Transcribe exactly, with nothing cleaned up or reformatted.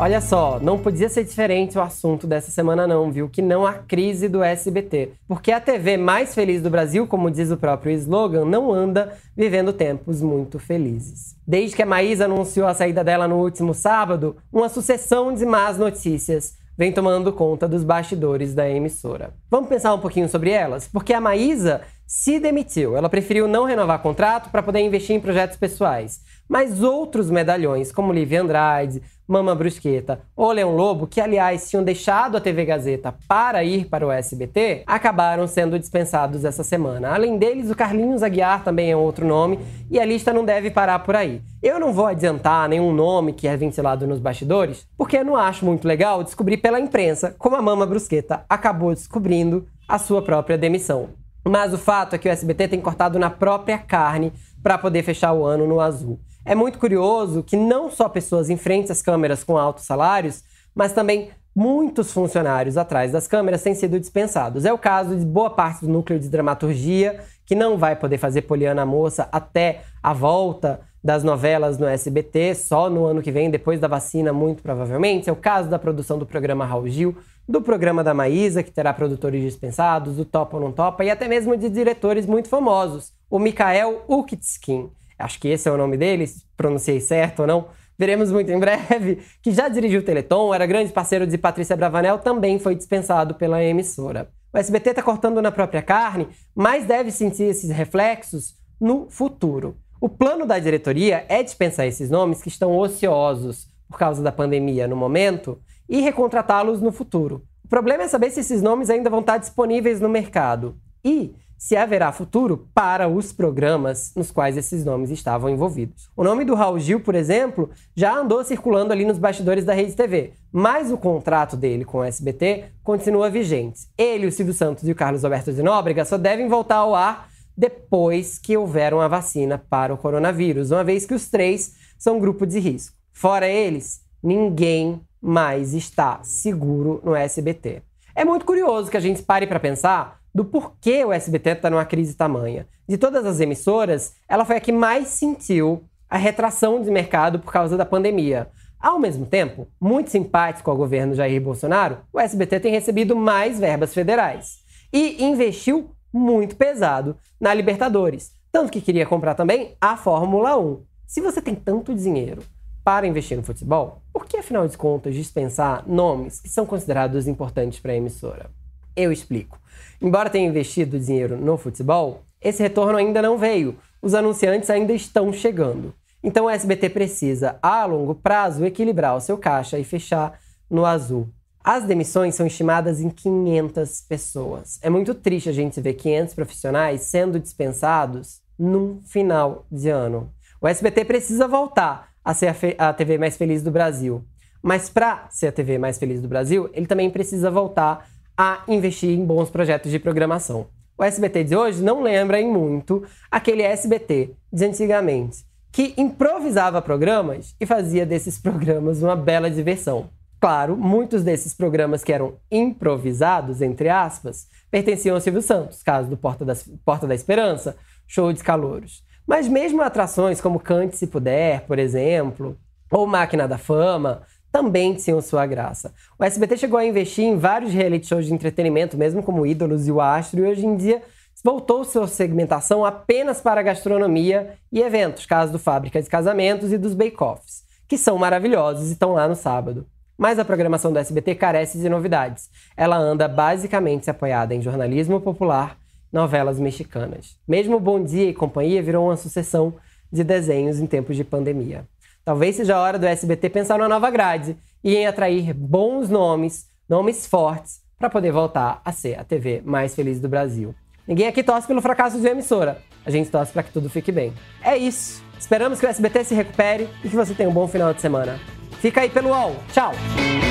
Olha só, não podia ser diferente o assunto dessa semana não, viu? Que não a crise do S B T. Porque a T V mais feliz do Brasil, como diz o próprio slogan, não anda vivendo tempos muito felizes. Desde que a Maísa anunciou a saída dela no último sábado, uma sucessão de más notícias vem tomando conta dos bastidores da emissora. Vamos pensar um pouquinho sobre elas? Porque a Maísa se demitiu. Ela preferiu não renovar contrato para poder investir em projetos pessoais. Mas outros medalhões, como Lívia Andrade, Mama Brusqueta ou Leão Lobo, que aliás tinham deixado a T V Gazeta para ir para o S B T, acabaram sendo dispensados essa semana. Além deles, o Carlinhos Aguiar também é outro nome, e a lista não deve parar por aí. Eu não vou adiantar nenhum nome que é ventilado nos bastidores, porque eu não acho muito legal descobrir pela imprensa como a Mama Brusqueta acabou descobrindo a sua própria demissão. Mas o fato é que o S B T tem cortado na própria carne para poder fechar o ano no azul. É muito curioso que não só pessoas em frente às câmeras com altos salários, mas também muitos funcionários atrás das câmeras têm sido dispensados. É o caso de boa parte do núcleo de dramaturgia, que não vai poder fazer Poliana Moça até a volta das novelas no S B T, só no ano que vem, depois da vacina, muito provavelmente. É o caso da produção do programa Raul Gil, do programa da Maísa, que terá produtores dispensados, do Topa ou Não Topa, e até mesmo de diretores muito famosos. O Mikael Ukitskin, acho que esse é o nome dele, se pronunciei certo ou não, veremos muito em breve, que já dirigiu o Teleton, era grande parceiro de Patrícia Bravanel, também foi dispensado pela emissora. O S B T está cortando na própria carne, mas deve sentir esses reflexos no futuro. O plano da diretoria é dispensar esses nomes que estão ociosos por causa da pandemia no momento e recontratá-los no futuro. O problema é saber se esses nomes ainda vão estar disponíveis no mercado e se haverá futuro para os programas nos quais esses nomes estavam envolvidos. O nome do Raul Gil, por exemplo, já andou circulando ali nos bastidores da Rede T V, mas o contrato dele com o S B T continua vigente. Ele, o Silvio Santos e o Carlos Alberto de Nóbrega só devem voltar ao ar depois que houver uma vacina para o coronavírus, uma vez que os três são grupo de risco. Fora eles, ninguém mais está seguro no S B T. É muito curioso que a gente pare para pensar do porquê o S B T está numa crise tamanha. De todas as emissoras, ela foi a que mais sentiu a retração de mercado por causa da pandemia. Ao mesmo tempo, muito simpático ao governo Jair Bolsonaro, o S B T tem recebido mais verbas federais e investiu muito pesado na Libertadores, tanto que queria comprar também a Fórmula um. Se você tem tanto dinheiro para investir no futebol, por que, afinal de contas, dispensar nomes que são considerados importantes para a emissora? Eu explico. Embora tenha investido dinheiro no futebol, esse retorno ainda não veio. Os anunciantes ainda estão chegando. Então o S B T precisa, a longo prazo, equilibrar o seu caixa e fechar no azul. As demissões são estimadas em quinhentas pessoas. É muito triste a gente ver quinhentos profissionais sendo dispensados num final de ano. O S B T precisa voltar a ser a, a T V mais feliz do Brasil. Mas para ser a T V mais feliz do Brasil, ele também precisa voltar a investir em bons projetos de programação. O S B T de hoje não lembra em muito aquele S B T de antigamente, que improvisava programas e fazia desses programas uma bela diversão. Claro, muitos desses programas que eram improvisados, entre aspas, pertenciam ao Silvio Santos, caso do Porta da, Porta da Esperança, Show de Calouros. Mas mesmo atrações como Cante Se Puder, por exemplo, ou Máquina da Fama, também tinham sua graça. O S B T chegou a investir em vários reality shows de entretenimento, mesmo como Ídolos e o Astro, e hoje em dia voltou sua segmentação apenas para gastronomia e eventos, caso do Fábrica de Casamentos e dos Bake-Offs, que são maravilhosos e estão lá no sábado. Mas a programação do S B T carece de novidades. Ela anda basicamente apoiada em jornalismo popular, novelas mexicanas. Mesmo Bom Dia e Companhia virou uma sucessão de desenhos em tempos de pandemia. Talvez seja a hora do S B T pensar numa nova grade e em atrair bons nomes, nomes fortes, para poder voltar a ser a T V mais feliz do Brasil. Ninguém aqui torce pelo fracasso de uma emissora. A gente torce para que tudo fique bem. É isso. Esperamos que o S B T se recupere e que você tenha um bom final de semana. Fica aí pelo U O L. Tchau!